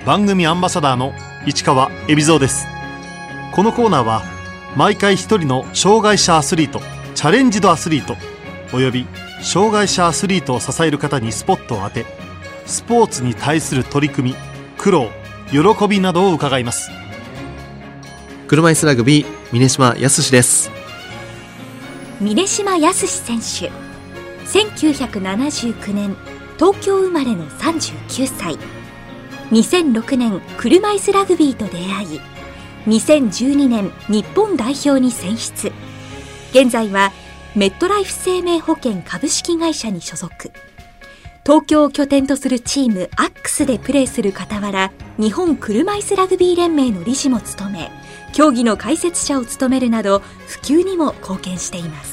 番組アンバサダーの市川海老蔵です。このコーナーは毎回一人の障害者アスリート、チャレンジドアスリートおよび障害者アスリートを支える方にスポットを当て、スポーツに対する取り組み、苦労、喜びなどを伺います。 車椅子ラグビー、峯島靖です。 峯島靖選手、1979年東京生まれの39歳。2006年車椅子ラグビーと出会い、2012年日本代表に選出。現在はメットライフ生命保険株式会社に所属。東京を拠点とするチームアックスでプレーする傍ら、日本車椅子ラグビー連盟の理事も務め、競技の解説者を務めるなど普及にも貢献しています。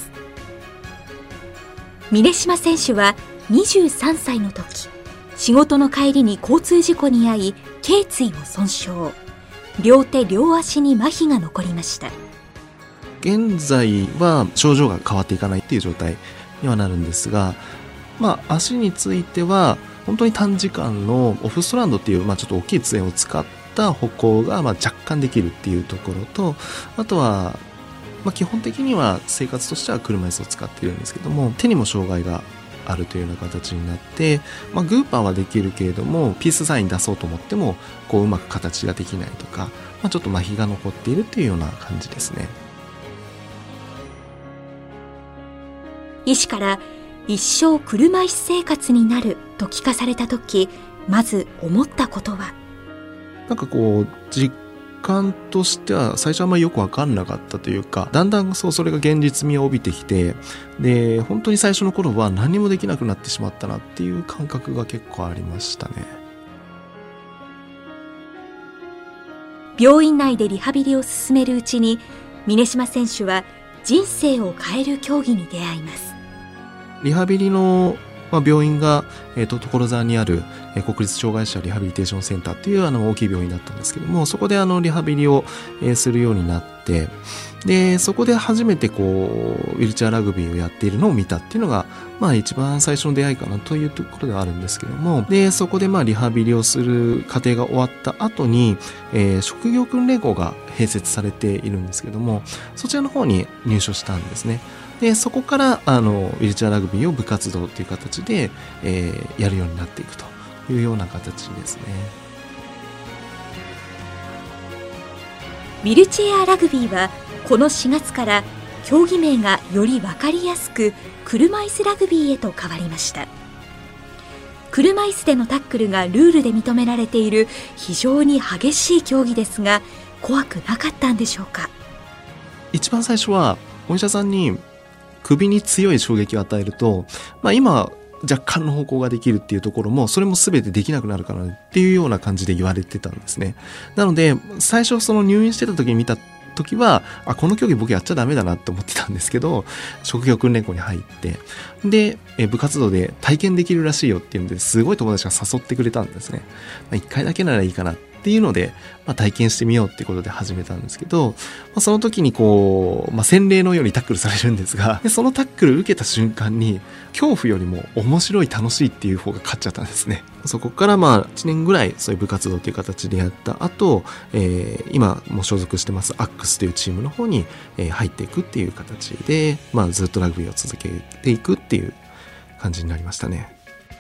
峯島選手は23歳の時、仕事の帰りに交通事故に遭い、頸椎を損傷、両手両足に麻痺が残りました。 現在は症状が変わっていかないっていう状態にはなるんですが、足については本当に短時間のオフストランドっていう、ちょっと大きい杖を使った歩行が若干できるっていうところと、あとは基本的には生活としては車椅子を使っているんですけども、手にも障害があるというような形になって、グーパーはできるけれどもピースサイン出そうと思ってもうまく形ができないとか、ちょっと麻痺が残っているというような感じですね。 医師から一生車椅子生活になると聞かされた時、まず思ったことは、 実感としては最初はあんまりよく分かんなかったというか、だんだんそれが現実味を帯びてきて、で本当に最初の頃は何もできなくなってしまったなっていう感覚が結構ありましたね。 病院内でリハビリを進めるうちに、峯島選手は人生を変える競技に出会います。 リハビリの病院が、所沢にある、国立障害者リハビリテーションセンターっていう大きい病院だったんですけども、そこでリハビリを、するようになって、でそこで初めてウィルチェアラグビーをやっているのを見たっていうのが、一番最初の出会いかなというところではあるんですけども、でそこでリハビリをする過程が終わった後に、職業訓練校が併設されているんですけども、そちらの方に入所したんですね。でそこからウィルチェアラグビーを部活動という形で、やるようになっていくというような形ですね。 ウィルチェアラグビーはこの4月から競技名がより分かりやすく車椅子ラグビーへと変わりました。車椅子でのタックルがルールで認められている非常に激しい競技ですが、怖くなかったんでしょうか。 一番最初はお医者さんに首に強い衝撃を与えると、今若干の歩行ができるっていうところも、それも全てできなくなるからっていうような感じで言われてたんですね。なので最初入院してた時に見た時は、この競技僕やっちゃダメだなって思ってたんですけど、職業訓練校に入って、で部活動で体験できるらしいよっていうんで、すごい友達が誘ってくれたんですね。1回だけならいいかなっていうので、体験してみようっていうことで始めたんですけど、その時に洗礼のようにタックルされるんですが、でそのタックル受けた瞬間に恐怖よりも面白い楽しいっていう方が勝っちゃったんですね。そこから1年ぐらいそういう部活動っていう形でやった後、今も所属してますアックスというチームの方に入っていくっていう形で、ずっとラグビーを続けていくっていう感じになりましたね。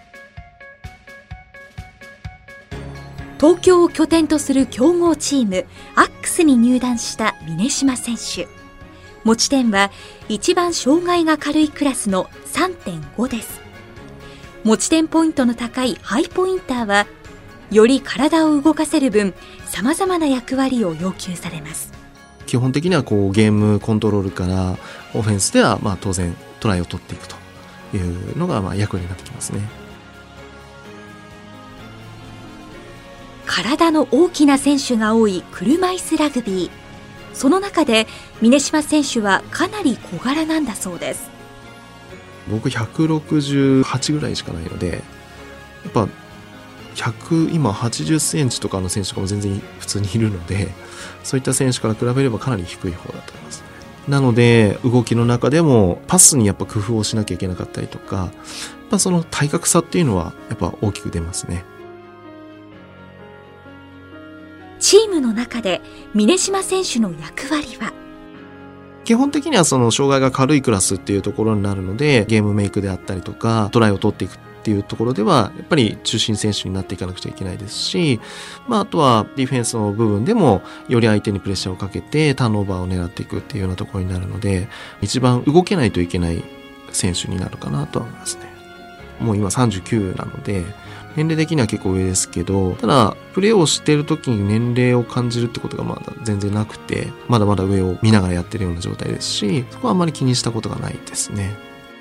東京を拠点とする強豪チームアックスに入団した峯島選手。持ち点は一番障害が軽いクラスの 3.5 です。持ち点ポイントの高いハイポインターは、より体を動かせる分様々な役割を要求されます。 基本的にはゲームコントロールからオフェンスでは当然トライを取っていくというのが役割になってきますね。 体の大きな選手が多い車椅子ラグビー。その中で峯島選手はかなり小柄なんだそうです。 僕168ぐらいしかないので、やっぱ今80センチとかの選手とかも全然普通にいるので、そういった選手から比べればかなり低い方だと思います。なので動きの中でもパスにやっぱ工夫をしなきゃいけなかったりとか、その体格差っていうのはやっぱ大きく出ますね。 チームの中で峯島選手の役割は？ 基本的にはその障害が軽いクラスっていうところになるので、ゲームメイクであったりとかトライを取っていくっていうところではやっぱり中心選手になっていかなくちゃいけないですし、あとはディフェンスの部分でもより相手にプレッシャーをかけてターンオーバーを狙っていくっていうようなところになるので、一番動けないといけない選手になるかなとは思いますね。もう今39なので年齢的には結構上ですけど、ただプレーをしている時に年齢を感じるってことがまだ全然なくて、まだまだ上を見ながらやってるような状態ですし、そこはあんまり気にしたことがないですね。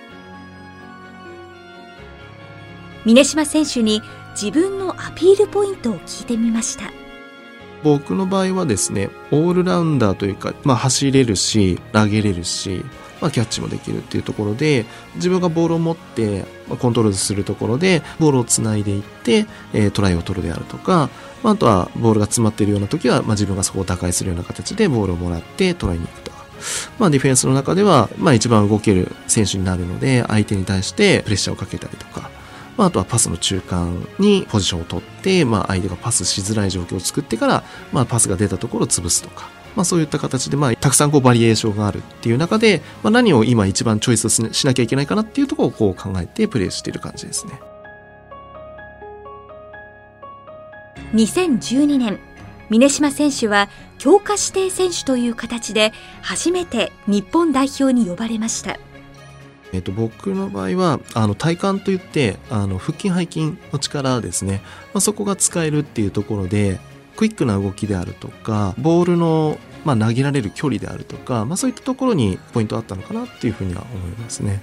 峯島選手に自分のアピールポイントを聞いてみました。 僕の場合はですね、オールラウンダーというか、走れるし投げれるし、キャッチもできるっていうところで、自分がボールを持ってコントロールするところでボールをつないでいってトライを取るであるとか、あとはボールが詰まっているような時は自分がそこを打開するような形でボールをもらってトライに行くとか、ディフェンスの中では一番動ける選手になるので、相手に対してプレッシャーをかけたりとか、あとはパスの中間にポジションを取って、相手がパスしづらい状況を作ってから、パスが出たところを潰すとか、そういった形で、たくさんバリエーションがあるっていう中で、何を今一番チョイスしなきゃいけないかなっていうところを考えてプレーしている感じですね。 2012年、峯島選手は強化指定選手という形で初めて日本代表に呼ばれました。 僕の場合は体幹といって腹筋背筋の力ですね、そこが使えるっていうところで、クイックな動きであるとかボールの投げられる距離であるとか、そういったところにポイントあったのかなっていうふうには思いますね。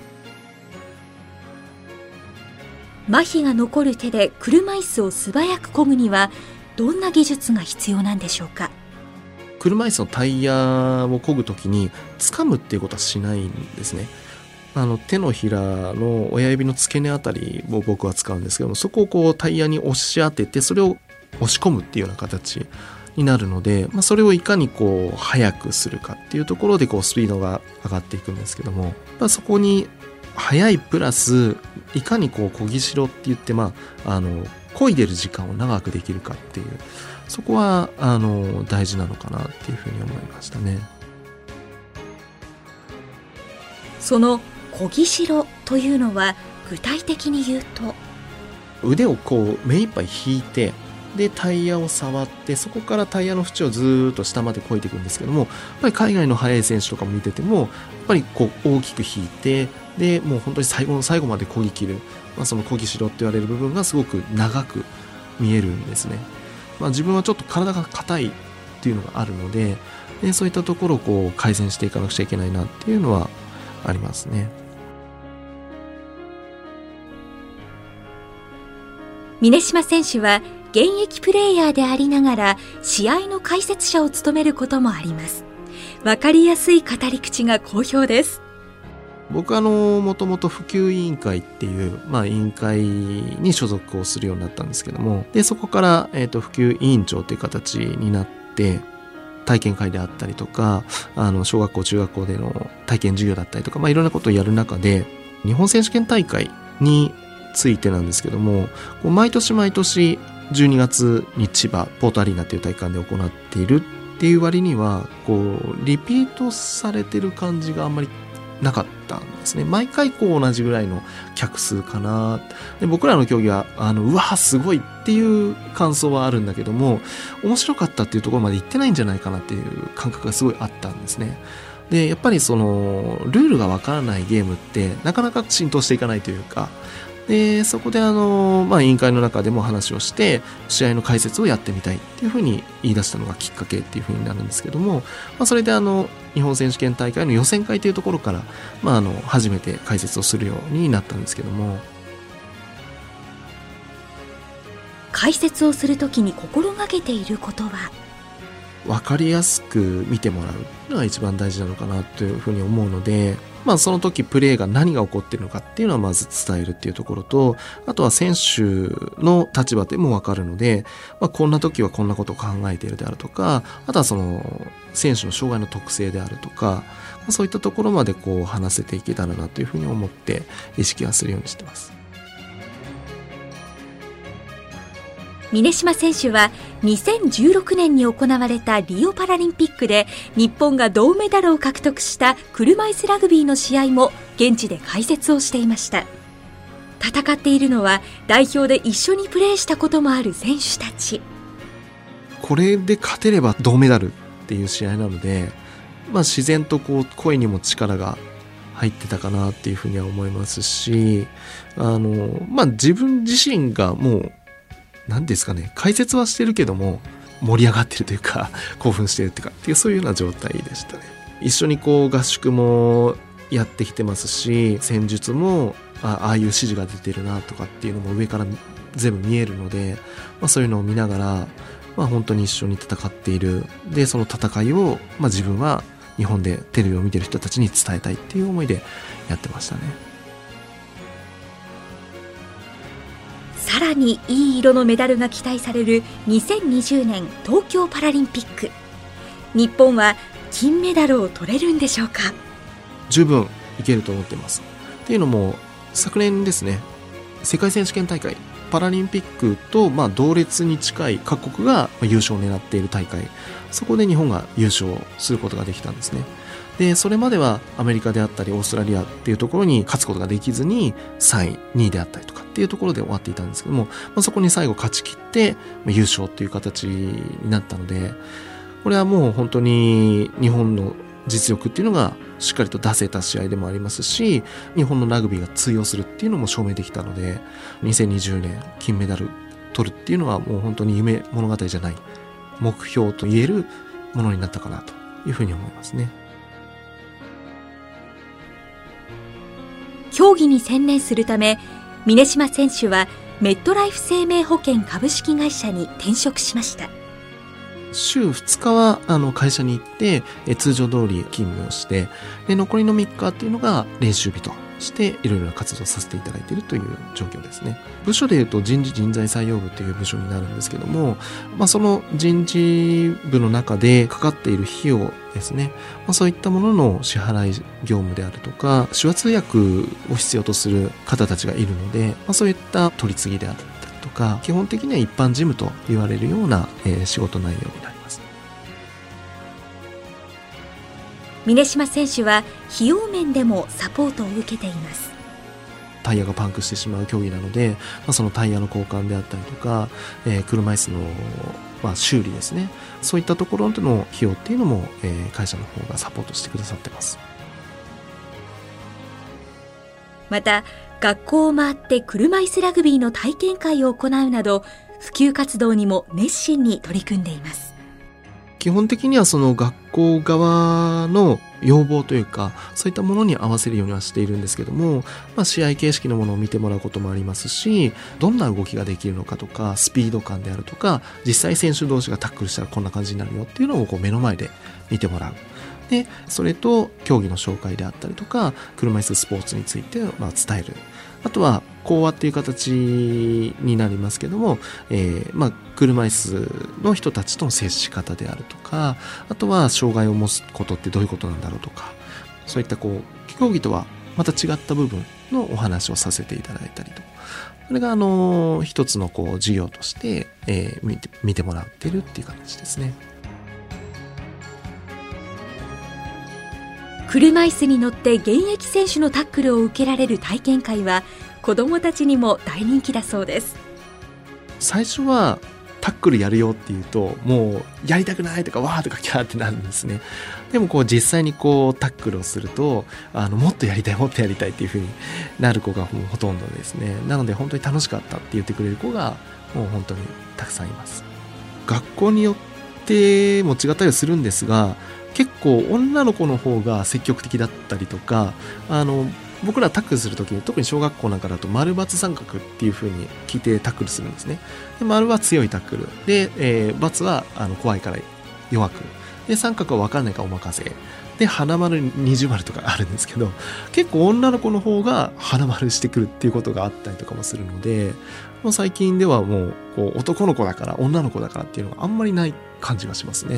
麻痺が残る手で車椅子を素早く漕ぐにはどんな技術が必要なんでしょうか？ 車椅子のタイヤを漕ぐときに掴むっていうことはしないんですね。手のひらの親指の付け根あたりを僕は使うんですけども、そこをタイヤに押し当ててそれを押し込むっていうような形になるので、それをいかに速くするかっていうところでスピードが上がっていくんですけども、そこに速いプラスいかに漕ぎしろって言って漕いでる時間を長くできるかっていう、そこは大事なのかなっていうふうに思いましたね。 その漕ぎしろというのは具体的に言うと、 腕を目いっぱい引いて、でタイヤを触って、そこからタイヤの縁をずっと下まで漕いでいくんですけども、やっぱり海外の速い選手とかも見ててもやっぱり大きく引いて、でもう本当に最後の最後まで漕ぎ切る、その漕ぎしろって言われる部分がすごく長く見えるんですね。自分はちょっと体が硬いっていうのがあるので、そういったところを改善していかなくちゃいけないなっていうのはありますね。 峯島選手は現役プレーヤーでありながら試合の解説者を務めることもあります。わかりやすい語り口が好評です。 僕はもともと普及委員会っていう、委員会に所属をするようになったんですけども、でそこから、普及委員長という形になって、体験会であったりとか小学校中学校での体験授業だったりとか、いろんなことをやる中で、日本選手権大会についてなんですけども、毎年毎年12月に千葉ポートアリーナっていう体育館で行っているっていう割にはリピートされてる感じがあんまりなかったんですね。毎回同じぐらいの客数かな。で僕らの競技はうわすごいっていう感想はあるんだけども、面白かったっていうところまで行ってないんじゃないかなっていう感覚がすごいあったんですね。でやっぱりルールがわからないゲームってなかなか浸透していかないというか、でそこで委員会の中でも話をして試合の解説をやってみたいっていうふうに言い出したのがきっかけっていうふうになるんですけども、それで日本選手権大会の予選会というところから、初めて解説をするようになったんですけども、 解説をするときに心がけていることは、 分かりやすく見てもらうのが一番大事なのかなというふうに思うので、その時プレーが何が起こっているのかっていうのはまず伝えるっていうところと、あとは選手の立場でも分かるので、こんな時はこんなことを考えているであるとか、あとは選手の障害の特性であるとか、そういったところまで話せていけたらなというふうに思って意識はするようにしてます。 峯島選手は2016年に行われたリオパラリンピックで日本が銅メダルを獲得した車いすラグビーの試合も現地で解説をしていました。戦っているのは代表で一緒にプレーしたこともある選手たち。 これで勝てれば銅メダルっていう試合なので、自然と声にも力が入ってたかなっていうふうには思いますし、自分自身がもう何ですかね、解説はしてるけども盛り上がってるというか興奮してるっていうそういうような状態でしたね。一緒に合宿もやってきてますし、戦術もああいう指示が出てるなとかっていうのも上から全部見えるので、そういうのを見ながら、本当に一緒に戦っている。でその戦いを、自分は日本でテレビを見てる人たちに伝えたいっていう思いでやってましたね。 さらにいい色のメダルが期待される2020年東京パラリンピック。日本は金メダルを取れるんでしょうか。 十分いけると思っています。っていうのも昨年ですね、世界選手権大会パラリンピックと同列に近い各国が優勝を狙っている大会、そこで日本が優勝することができたんですね。でそれまではアメリカであったりオーストラリアっていうところに勝つことができずに3位2位であったりとかっていうところで終わっていたんですけども、そこに最後勝ち切って優勝っていう形になったので、これはもう本当に日本の実力っていうのがしっかりと出せた試合でもありますし、日本のラグビーが通用するっていうのも証明できたので、2020年金メダル取るっていうのはもう本当に夢物語じゃない、目標と言えるものになったかなというふうに思いますね。 競技に専念するため、峯島選手はメットライフ生命保険株式会社に転職しました。 週2日は会社に行って通常通り勤務をして、で残りの3日っていうのが練習日としていろいろな活動をさせていただいているという状況ですね。部署でいうと人事人材採用部という部署になるんですけども、その人事部の中でかかっている費用ですね、そういったものの支払い業務であるとか、手話通訳を必要とする方たちがいるので、そういった取り次ぎであったりとか、基本的には一般事務と言われるような、仕事内容になります。 峯島選手は費用面でもサポートを受けています。 タイヤがパンクしてしまう競技なので、そのタイヤの交換であったりとか、車椅子の、修理ですね、そういったところでの費用っていうのも、会社の方がサポートしてくださってます。 また学校を回って車椅子ラグビーの体験会を行うなど、普及活動にも熱心に取り組んでいます。 基本的にはその学校側の要望というか、そういったものに合わせるようにはしているんですけども、試合形式のものを見てもらうこともありますし、どんな動きができるのかとか、スピード感であるとか、実際選手同士がタックルしたらこんな感じになるよっていうのを目の前で見てもらう。でそれと競技の紹介であったりとか、車椅子スポーツについて伝える。あとは講話っていう形になりますけども、車椅子の人たちとの接し方であるとか、あとは障害を持つことってどういうことなんだろうとか、そういった競技とはまた違った部分のお話をさせていただいたりと、それが一つの授業として、見てもらっているっていう形ですね。 車椅子に乗って現役選手のタックルを受けられる体験会は子どもたちにも大人気だそうです。 最初はタックルやるよっていうと、もうやりたくないとかわーとかキャーってなるんですね。でも実際にタックルをすると、もっとやりたいもっとやりたいっていう風になる子がもうほとんどですね。なので本当に楽しかったって言ってくれる子がもう本当にたくさんいます。学校によっても違ったりするんですが、結構女の子の方が積極的だったりとか、僕らタックルするときに、特に小学校なんかだと丸×三角っていう風に聞いてタックルするんですね。で丸は強いタックルで、×は怖いから弱くで、三角は分かんないからお任せで、花丸二重丸とかあるんですけど、結構女の子の方が花丸してくるっていうことがあったりとかもするので、もう最近ではもう男の子だから女の子だからっていうのがあんまりない感じがしますね。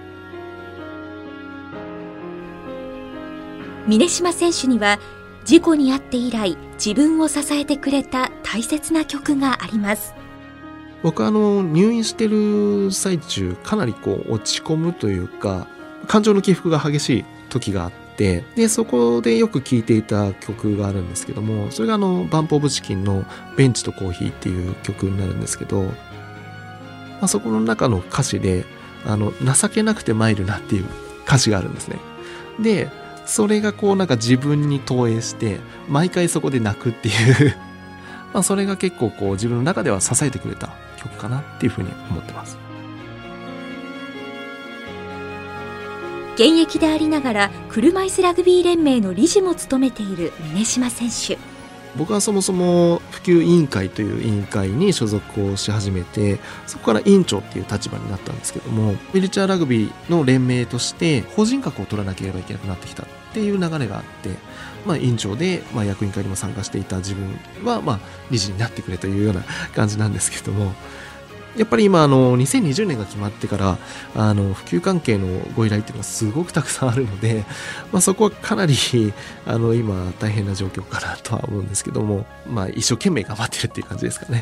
峯島選手には事故に遭って以来自分を支えてくれた大切な曲があります。 僕は入院してる最中かなり落ち込むというか感情の起伏が激しい時があって、でそこでよく聴いていた曲があるんですけども、それがバンプオブチキンのベンチとコーヒーっていう曲になるんですけど、そこの中の歌詞で情けなくて参るなっていう歌詞があるんですね。でそれがなんか自分に投影して毎回そこで泣くっていうそれが結構自分の中では支えてくれた曲かなっていうふうに思ってます。 現役でありながら車椅子ラグビー連盟の理事も務めている峯島選手。 僕はそもそも普及委員会という委員会に所属をし始めて、そこから委員長っていう立場になったんですけども、ウィルチャーラグビーの連盟として法人格を取らなければいけなくなってきたっていう流れがあって、委員長で、役員会にも参加していた自分は、理事になってくれというような感じなんですけども、やっぱり今2020年が決まってから普及関係のご依頼っていうのがすごくたくさんあるので、そこはかなり今大変な状況かなとは思うんですけども、一生懸命頑張ってるっていう感じですかね。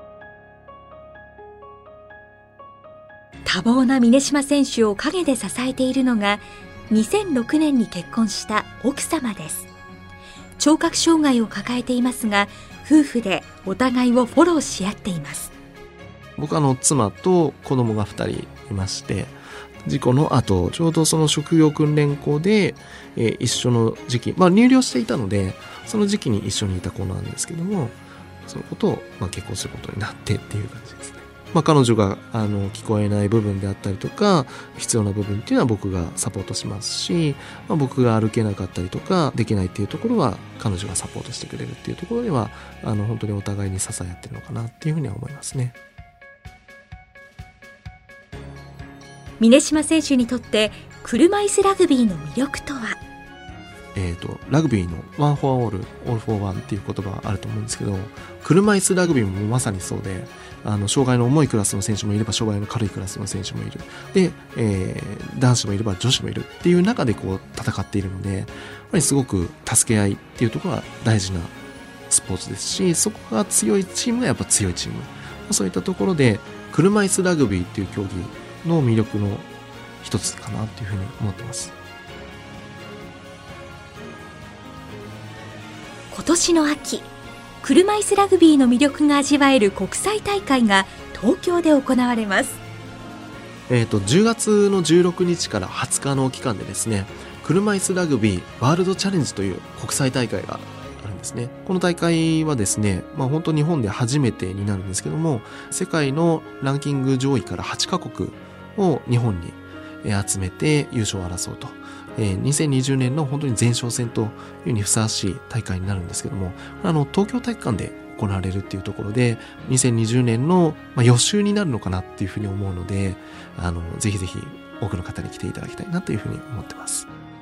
多忙な峯島選手を陰で支えているのが2006年に結婚した奥様です。聴覚障害を抱えていますが、夫婦でお互いをフォローし合っています。 僕は妻と子供が2人いまして、事故の後ちょうどその職業訓練校で、一緒の時期、入寮していたのでその時期に一緒にいた子なんですけども、その子と、結婚することになってっていう感じですね。彼女が聞こえない部分であったりとか必要な部分っていうのは僕がサポートしますし、僕が歩けなかったりとかできないっていうところは彼女がサポートしてくれるっていうところでは本当にお互いに支え合ってるのかなっていうふうには思いますね。 峯島選手にとって車椅子ラグビーの魅力とは。 ラグビーのワンフォアオール、オールフォーワンっていう言葉があると思うんですけど、車椅子ラグビーもまさにそうで、障害の重いクラスの選手もいれば障害の軽いクラスの選手もいる。で、男子もいれば女子もいるっていう中で戦っているので、やっぱりすごく助け合いっていうところは大事なスポーツですし、そこが強いチームがやっぱ強いチーム。そういったところで車椅子ラグビーっていう競技の魅力の一つかなというふうに思ってます。 今年の秋、車椅子ラグビーの魅力が味わえる国際大会が東京で行われます。 10月の16日から20日の期間でですね、車椅子ラグビーワールドチャレンジという国際大会があるんですね。この大会はですね、本当日本で初めてになるんですけども、世界のランキング上位から8カ国を日本に集めて優勝を争うと、2020年の本当に前哨戦というにふさわしい大会になるんですけども、東京体育館で行われるっていうところで2020年の予習になるのかなっていうふうに思うので、ぜひぜひ多くの方に来ていただきたいなというふうに思ってます。